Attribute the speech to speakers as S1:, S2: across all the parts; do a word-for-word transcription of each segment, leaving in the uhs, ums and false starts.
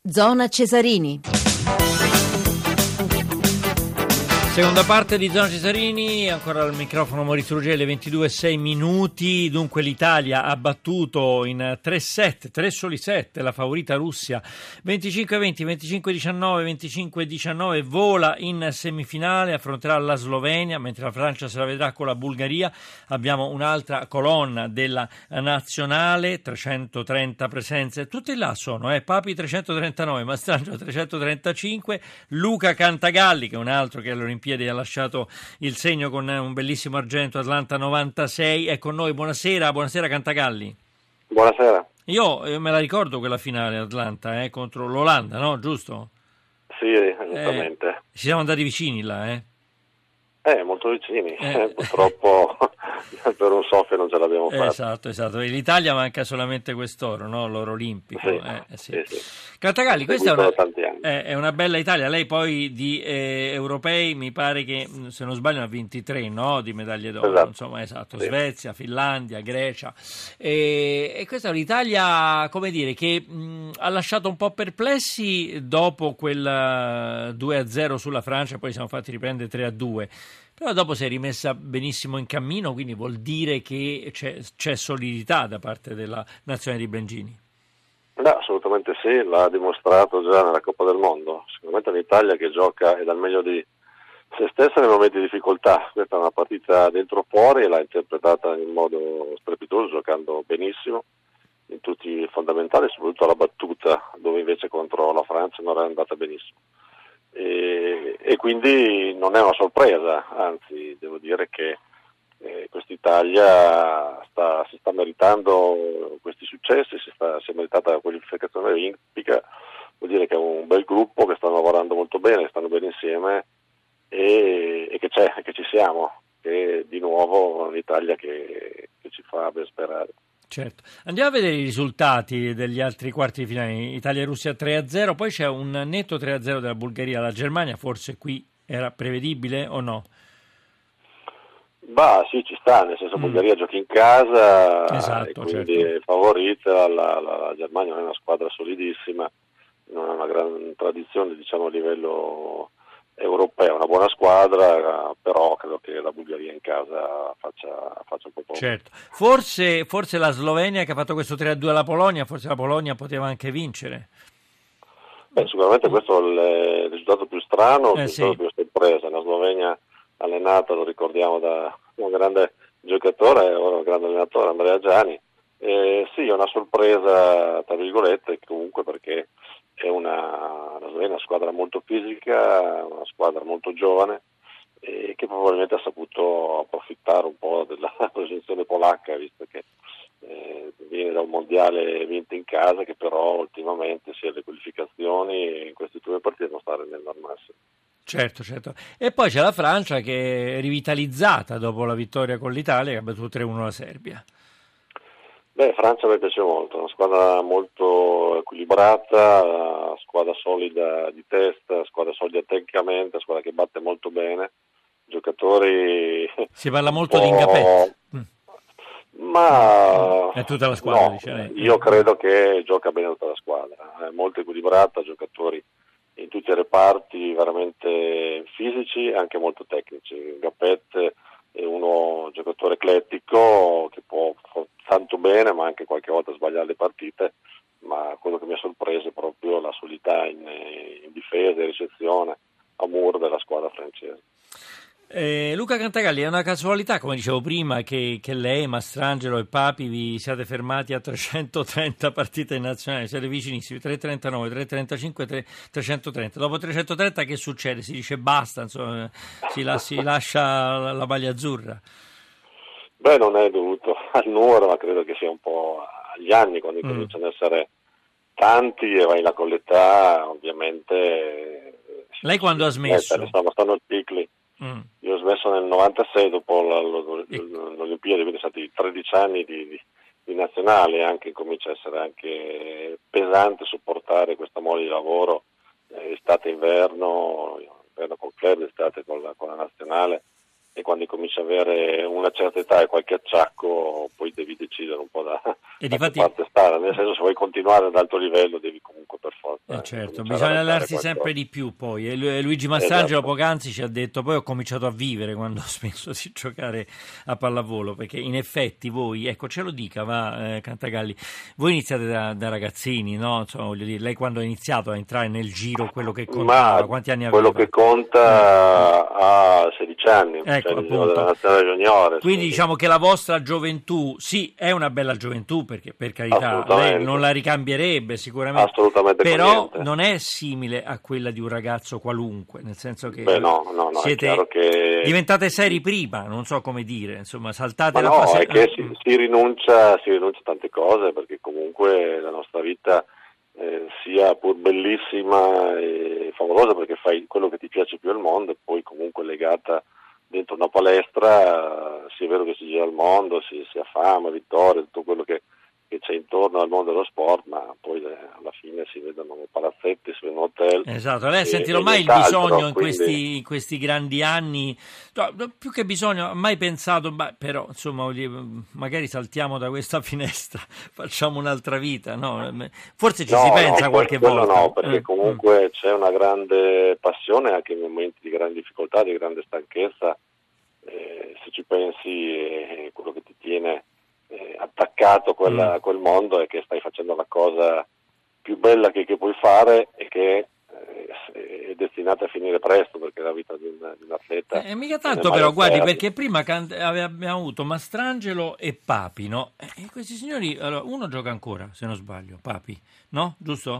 S1: Zona Cesarini.
S2: Seconda parte di Zona Cesarini, ancora al microfono Maurizio Ruggeri, ventidue e sei minuti. Dunque l'Italia ha battuto in tre set, tre soli set, la favorita Russia, venticinque a venti, venticinque a diciannove, venticinque a diciannove, vola in semifinale, affronterà la Slovenia, mentre la Francia se la vedrà con la Bulgaria. Abbiamo un'altra colonna della nazionale, trecentotrenta presenze, tutte là sono, eh? Papi trecentotrentanove, Mastrangelo trecentotrentacinque, Luca Cantagalli, che è un altro che all'Olimpiadi ha lasciato il segno con un bellissimo argento, Atlanta novantasei, è con noi. Buonasera, buonasera Cantagalli.
S3: Buonasera.
S2: Io, io me la ricordo quella finale Atlanta, eh, contro l'Olanda, no? Giusto?
S3: Sì, esattamente.
S2: Eh, ci siamo andati vicini là, eh?
S3: Eh, molto vicini,
S2: Eh.
S3: purtroppo per un soffio non ce l'abbiamo fatta.
S2: Esatto, esatto. E l'Italia manca solamente quest'oro, no? L'oro olimpico.
S3: Sì,
S2: eh, eh, sì.
S3: sì, sì.
S2: Cantagalli, questa è una,
S3: tanti anni.
S2: è, è una bella Italia. Lei poi di eh, europei mi pare che, se non sbaglio, ne ha ventitré, no? Di medaglie d'oro.
S3: Esatto.
S2: Insomma, esatto.
S3: Sì.
S2: Svezia, Finlandia, Grecia. E, e questa è un'Italia, come dire, che mh, ha lasciato un po' perplessi dopo quel due a zero sulla Francia, poi siamo fatti riprendere tre a due. Però dopo si è rimessa benissimo in cammino, quindi vuol dire che c'è, c'è solidità da parte della nazione di Blengini.
S3: No, assolutamente sì, l'ha dimostrato già nella Coppa del Mondo. Sicuramente un'Italia che gioca e dà il meglio di se stessa nei momenti di difficoltà. Questa è una partita dentro fuori e l'ha interpretata in modo strepitoso, giocando benissimo in tutti i fondamentali, soprattutto la battuta, dove invece contro la Francia non era andata benissimo. E, e quindi non è una sorpresa, anzi devo dire che eh, quest'Italia sta, si sta meritando questi successi, si, sta, si è meritata la qualificazione olimpica, vuol dire che è un bel gruppo, che stanno lavorando molto bene, che stanno bene insieme e, e che c'è, che ci siamo, che di nuovo è un'Italia che, che ci fa ben sperare.
S2: Certo. Andiamo a vedere i risultati degli altri quarti di finale. Italia e Russia tre a zero, poi c'è un netto tre a zero della Bulgaria alla Germania, forse qui era prevedibile o no?
S3: Bah sì, ci sta, nel senso
S2: Mm.
S3: Bulgaria giochi in casa,
S2: Esatto,
S3: e quindi
S2: certo.
S3: è favorita, la, la, la Germania non è una squadra solidissima, non ha una gran tradizione diciamo a livello europeo, una buona squadra, però credo che la Bulgaria in casa faccia, faccia un po' poco.
S2: Certo. Forse, forse la Slovenia che ha fatto questo tre a due alla Polonia, forse la Polonia poteva anche vincere.
S3: Beh, sicuramente questo è il, il risultato più strano,
S2: Eh,
S3: il
S2: sì.
S3: risultato più sorpresa. La Slovenia allenata, lo ricordiamo, da un grande giocatore, ora un grande allenatore, Andrea Giani. Eh, sì, è una sorpresa, tra virgolette, comunque perché è una, la Slovenia è una squadra molto fisica, una squadra molto giovane e che probabilmente ha saputo approfittare un po' della posizione polacca, visto che eh, viene da un mondiale vinto in casa, che però ultimamente sia le qualificazioni in queste due partite non sta rendendo al massimo.
S2: Certo, certo. E poi c'è la Francia che è rivitalizzata dopo la vittoria con l'Italia, che ha battuto tre a uno la Serbia.
S3: Beh, Francia mi piace molto, una squadra molto equilibrata, squadra solida di testa, squadra solida tecnicamente, squadra che batte molto bene, giocatori...
S2: Si parla
S3: un
S2: molto
S3: po'...
S2: di Ngapet. Mm.
S3: Ma
S2: È tutta la squadra,
S3: no,
S2: dice lei.
S3: io credo che gioca bene tutta la squadra, è molto equilibrata, giocatori in tutti i reparti veramente fisici e anche molto tecnici. Ngapet è uno giocatore eclettico che può fare tanto bene ma anche qualche volta sbagliare le partite, ma quello che mi ha sorpreso è proprio la solidità in, in difesa e ricezione a muro della squadra francese.
S2: Eh, Luca Cantagalli, è una casualità, come dicevo prima, che, che lei, Mastrangelo e Papi vi siate fermati a trecentotrenta partite in nazionale, siete vicinissimi, trecentotrentanove, trecentotrentacinque, trecentotrenta. Dopo trecentotrenta che succede? Si dice basta, insomma, si, la, si lascia la, la maglia azzurra?
S3: Beh, non è dovuto al numero, ma credo che sia un po' agli anni, quando
S2: Mm.
S3: cominciano ad essere tanti e vai là con l'età, ovviamente...
S2: Lei quando ha smesso?
S3: Eh, stanno, stanno piccoli.
S2: Mm.
S3: Io ho smesso nel novantasei dopo la, lo, l'Olimpiade, quindi sono stati tredici anni di, di, di nazionale, anche comincia a essere anche pesante sopportare questa mole di lavoro, eh, estate, inverno, inverno col club, estate con la, con la nazionale, e quando cominci a avere una certa età e qualche acciacco poi devi decidere un po' da,
S2: E
S3: da
S2: difatti...
S3: che parte stare, nel senso se vuoi continuare ad alto livello devi comunque per forza
S2: Eh certo, bisogna allenarsi sempre di più poi. E Luigi Mastrangelo
S3: esatto.
S2: poc'anzi ci ha detto: poi ho cominciato a vivere quando ho smesso di giocare a pallavolo, perché in effetti voi, ecco, ce lo dica, va eh, Cantagalli, voi iniziate da, da ragazzini, no? Insomma, voglio dire, lei quando ha iniziato a entrare nel giro, quello che contava,
S3: Ma
S2: quanti anni
S3: quello
S2: aveva?
S3: che conta ha sedici anni,
S2: Ecco,
S3: cioè
S2: appunto.
S3: della nazionale juniore.
S2: Quindi
S3: sì.
S2: diciamo che la vostra gioventù, sì, è una bella gioventù, perché per carità lei non la ricambierebbe sicuramente,
S3: Assolutamente,
S2: però non è simile a quella di un ragazzo qualunque, nel senso che
S3: Beh, no, no, no,
S2: siete
S3: è chiaro che...
S2: diventate seri prima, non so come dire, insomma, saltate
S3: Ma
S2: la
S3: no,
S2: fase...
S3: è che si, si rinuncia si rinuncia a tante cose, perché comunque la nostra vita eh, sia pur bellissima e favolosa, perché fai quello che ti piace più al mondo, e poi comunque legata dentro una palestra, eh, sì è vero che si gira al mondo, si, si ha fama, vittorie, tutto quello che che c'è intorno al mondo dello sport, ma poi eh, alla fine si vedono palazzetti, si vedono hotel.
S2: Esatto, lei ha
S3: e,
S2: sentito
S3: e
S2: mai il
S3: nient'altro,
S2: bisogno in
S3: quindi...
S2: questi, in questi grandi anni, no, più che bisogno, ha mai pensato, beh, però insomma magari saltiamo da questa finestra, facciamo un'altra vita, no? Forse ci
S3: no,
S2: si pensa
S3: no,
S2: qualche
S3: quello
S2: volta.
S3: No, perché
S2: eh.
S3: comunque c'è una grande passione anche in momenti di grande difficoltà, di grande stanchezza, eh, se ci pensi eh, quello che ti tiene Eh, attaccato a, quella,
S2: mm.
S3: a quel mondo è che stai facendo la cosa più bella che, che puoi fare e che eh, è destinata a finire presto, perché la vita di un, di un atleta
S2: eh, mica tanto però,
S3: eterna.
S2: guardi, perché prima can- abbiamo avuto Mastrangelo e Papi, no? E questi signori, allora, uno gioca ancora, se non sbaglio, Papi, no? Giusto?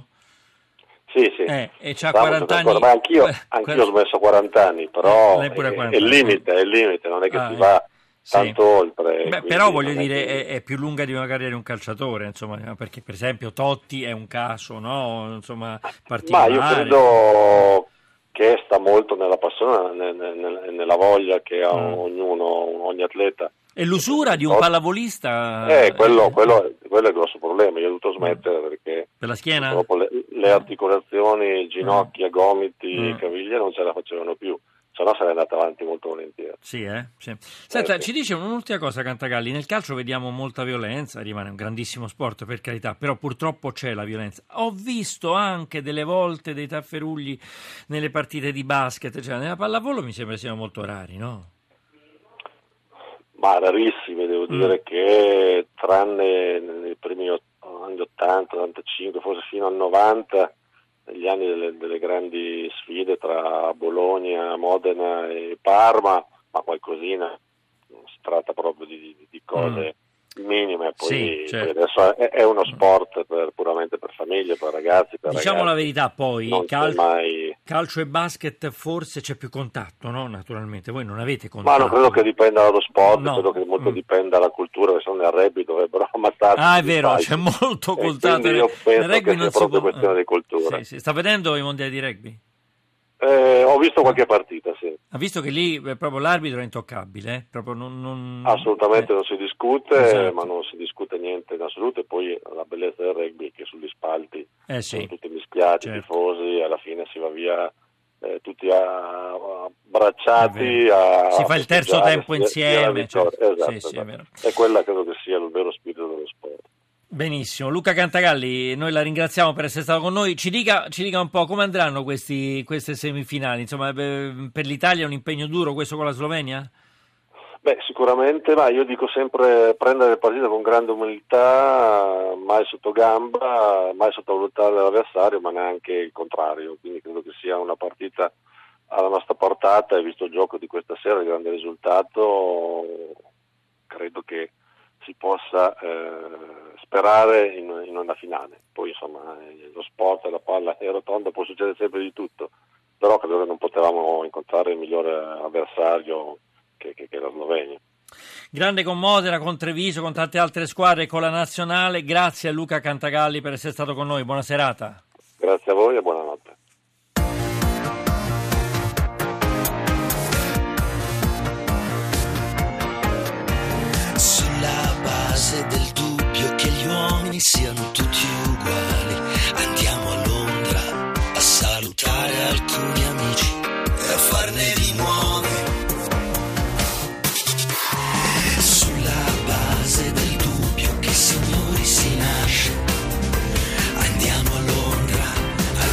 S3: Sì, sì.
S2: Eh, e c'ha quaranta anni.
S3: Ancora. Ma anch'io, anch'io ho smesso a quaranta anni, però
S2: eh, pure
S3: è,
S2: quaranta
S3: è il limite, è il limite, non è che
S2: ah,
S3: si
S2: eh.
S3: va tanto
S2: sì.
S3: oltre.
S2: Beh, però voglio dire è, è più lunga di una carriera di un calciatore, insomma, perché per esempio Totti è un caso, no? Insomma, particolare.
S3: Ma io credo che sta molto nella passione, nella voglia che ha mm. ognuno, ogni atleta.
S2: E l'usura di un pallavolista?
S3: Eh, quello, quello, quello è il grosso problema. Io ho dovuto smettere perché
S2: per la schiena?
S3: Dopo le, le articolazioni, ginocchia, gomiti,
S2: mm.
S3: caviglie non ce la facevano più. Se no sarei andata avanti molto volentieri.
S2: Sì, eh? Sì. Senta,
S3: eh, sì.
S2: ci dice un'ultima cosa Cantagalli, nel calcio vediamo molta violenza, rimane un grandissimo sport per carità, però purtroppo c'è la violenza. Ho visto anche delle volte dei tafferugli nelle partite di basket, cioè nella pallavolo mi sembra siano molto rari, no?
S3: Ma rarissimi, devo
S2: mm.
S3: dire che tranne nei primi anni ottanta, ottantacinque, forse fino al novanta, negli anni delle, delle grandi sfide tra Bologna, Modena e Parma, ma qualcosina, si tratta proprio di, di cose mm. minime, poi,
S2: sì, certo.
S3: poi adesso è, è uno sport per, puramente per famiglie, per ragazzi, per
S2: diciamo
S3: ragazzi.
S2: La verità poi,
S3: non
S2: cal-
S3: mai...
S2: calcio e basket forse c'è più contatto, no? Naturalmente, voi non avete contatto.
S3: Ma non credo che dipenda dallo sport,
S2: no.
S3: credo che molto
S2: mm.
S3: dipenda dalla cultura, che sono nel rugby dovrebbero ammazzarsi.
S2: Ah, è vero, c'è molto contatto.
S3: Io penso
S2: nel rugby
S3: che
S2: non
S3: sia
S2: si
S3: proprio
S2: può...
S3: questione di cultura.
S2: Sì, sì. Sta vedendo i mondiali di rugby?
S3: Eh, ho visto qualche partita, sì.
S2: Ha visto che lì eh, proprio l'arbitro è intoccabile, eh? Proprio non, non...
S3: Assolutamente
S2: eh.
S3: non si discute,
S2: esatto.
S3: ma non si discute niente in assoluto, e poi la bellezza del rugby è che sugli spalti
S2: eh, sì.
S3: sono tutti mischiati,
S2: certo.
S3: tifosi, alla fine si va via eh, tutti abbracciati. A,
S2: si fa il terzo tempo insieme.
S3: Certo. Esatto,
S2: sì, sì,
S3: esatto.
S2: È vero.
S3: E quella credo che sia il vero spirito dello sport.
S2: Benissimo, Luca Cantagalli, noi la ringraziamo per essere stato con noi. Ci dica, ci dica un po' come andranno questi, queste semifinali. Insomma, per l'Italia è un impegno duro questo con la Slovenia?
S3: Beh, sicuramente, ma io dico sempre prendere le partite con grande umiltà, mai sotto gamba, mai sottovalutare l'avversario, ma neanche il contrario. Quindi credo che sia una partita alla nostra portata, e visto il gioco di questa sera, il grande risultato, credo che si possa eh, sperare in, in una finale. Poi insomma eh, lo sport, la palla è rotonda, può succedere sempre di tutto, però credo che non potevamo incontrare il migliore avversario che, che, che la Slovenia.
S2: Grande con Modena, con Treviso, con tante altre squadre, con la nazionale. Grazie a Luca Cantagalli per essere stato con noi, buona serata.
S3: Grazie a voi e buonanotte.
S1: Del dubbio che gli uomini siano tutti uguali, andiamo a Londra a salutare alcuni amici e a farne di nuove. Sulla base del dubbio che signori si nasce, andiamo a Londra a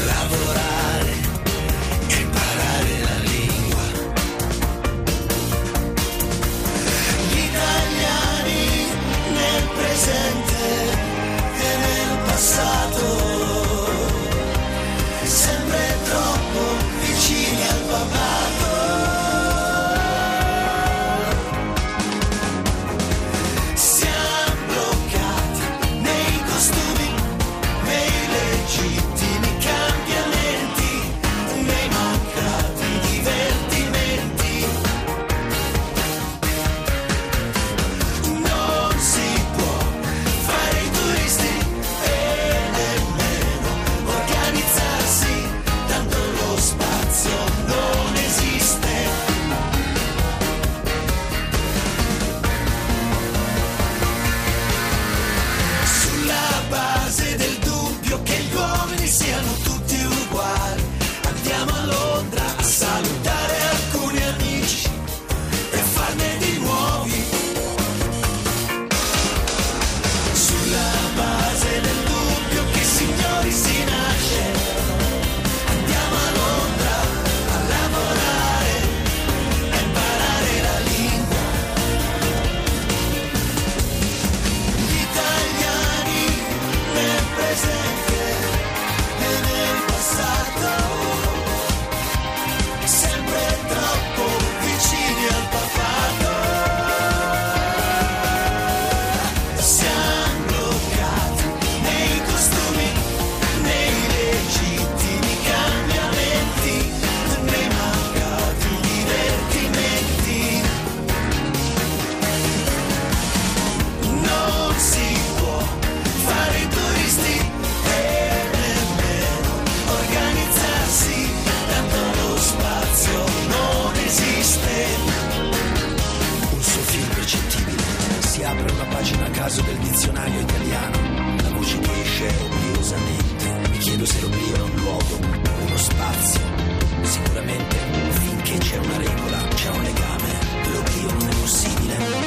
S1: l'oblio è un luogo, uno spazio. Sicuramente finché c'è una regola, c'è un legame, l'oblio non è possibile.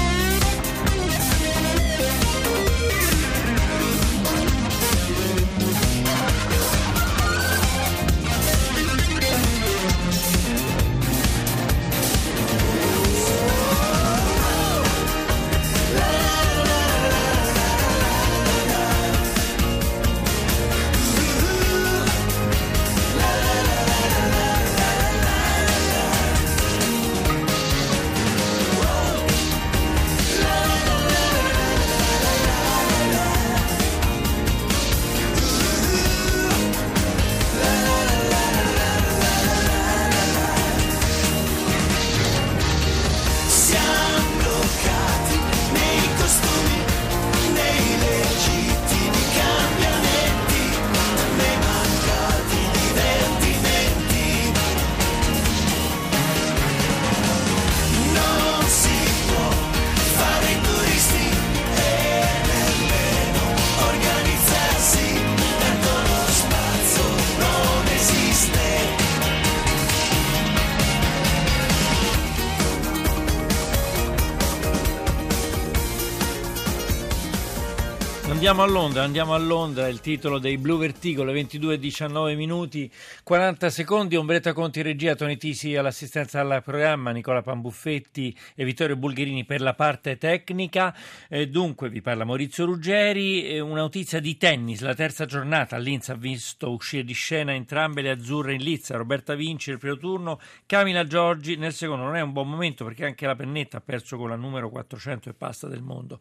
S2: Andiamo a Londra, andiamo a Londra, il titolo dei Blue Vertigo, le ventidue e diciannove minuti, quaranta secondi, Ombretta Conti regia, Toni Tisi all'assistenza al programma, Nicola Pambuffetti e Vittorio Bulgherini per la parte tecnica. Eh, dunque vi parla Maurizio Ruggeri, eh, una notizia di tennis, la terza giornata, Linz ha visto uscire di scena entrambe le azzurre in lizza, Roberta Vinci nel primo turno, Camila Giorgi nel secondo. Non è un buon momento perché anche la Pennetta ha perso con la numero quattrocento e passa del mondo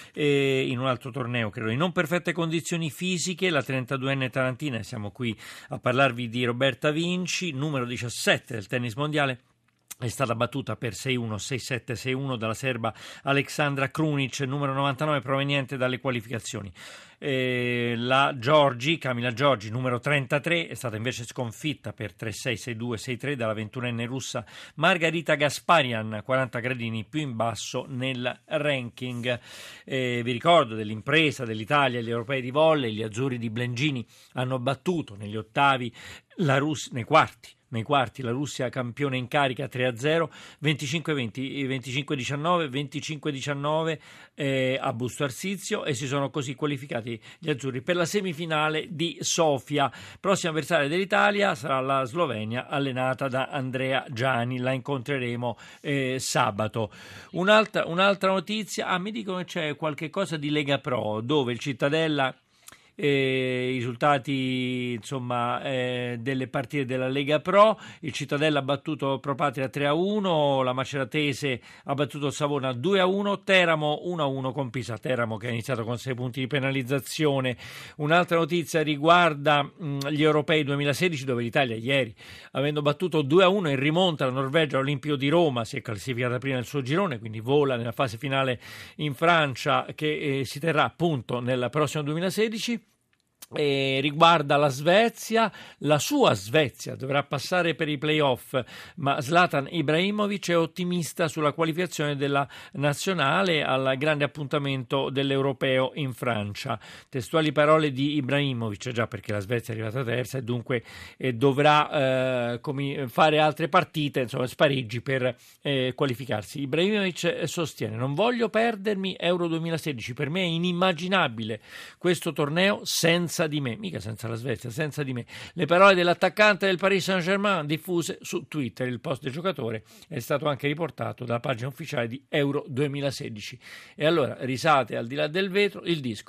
S2: eh, in un altro torneo, credo. In non perfette condizioni fisiche, la trentaduenne tarantina, siamo qui a parlarvi di Roberta Vinci, numero diciassette del tennis mondiale, è stata battuta per sei uno, sei sette, sei uno dalla serba Aleksandra Krunic, numero novantanove, proveniente dalle qualificazioni. Eh, la Giorgi, Camila Giorgi, numero trentatré, è stata invece sconfitta per tre sei, sei due, sei tre dalla ventunenne russa Margarita Gasparian, quaranta gradini più in basso nel ranking. Eh, vi ricordo dell'impresa dell'Italia, gli europei di volley, gli azzurri di Blengini hanno battuto negli ottavi la Russia, nei quarti Nei quarti la Russia campione in carica tre a zero, venticinque venti, venticinque diciannove, venticinque diciannove eh, a Busto Arsizio, e si sono così qualificati gli azzurri per la semifinale di Sofia. Prossima avversaria dell'Italia sarà la Slovenia, allenata da Andrea Giani, la incontreremo eh, sabato. Un'altra, un'altra notizia, ah, mi dicono che c'è qualche cosa di Lega Pro, dove il Cittadella Eh, i risultati insomma eh, delle partite della Lega Pro. Il Cittadella ha battuto Pro Patria tre a uno, la Maceratese ha battuto Savona due a uno, Teramo uno a uno con Pisa. Teramo che ha iniziato con sei punti di penalizzazione. Un'altra notizia riguarda mh, gli europei duemilasedici, dove l'Italia ieri, avendo battuto due a uno in rimonta la Norvegia all'Olimpio di Roma, si è classificata prima nel suo girone, quindi vola nella fase finale in Francia, che eh, si terrà appunto nel prossimo duemilasedici. E riguarda la Svezia, la sua Svezia dovrà passare per i playoff, ma Zlatan Ibrahimovic è ottimista sulla qualificazione della nazionale al grande appuntamento dell'Europeo in Francia. Testuali parole di Ibrahimovic, già perché la Svezia è arrivata terza e dunque eh, dovrà eh, com- fare altre partite, insomma spareggi per eh, qualificarsi. Ibrahimovic sostiene: non voglio perdermi Euro duemilasedici, per me è inimmaginabile questo torneo senza di me, mica senza la Svezia, senza di me. Le parole dell'attaccante del Paris Saint-Germain diffuse su Twitter. Il post del giocatore è stato anche riportato dalla pagina ufficiale di Euro duemilasedici. E allora, risate al di là del vetro, il disco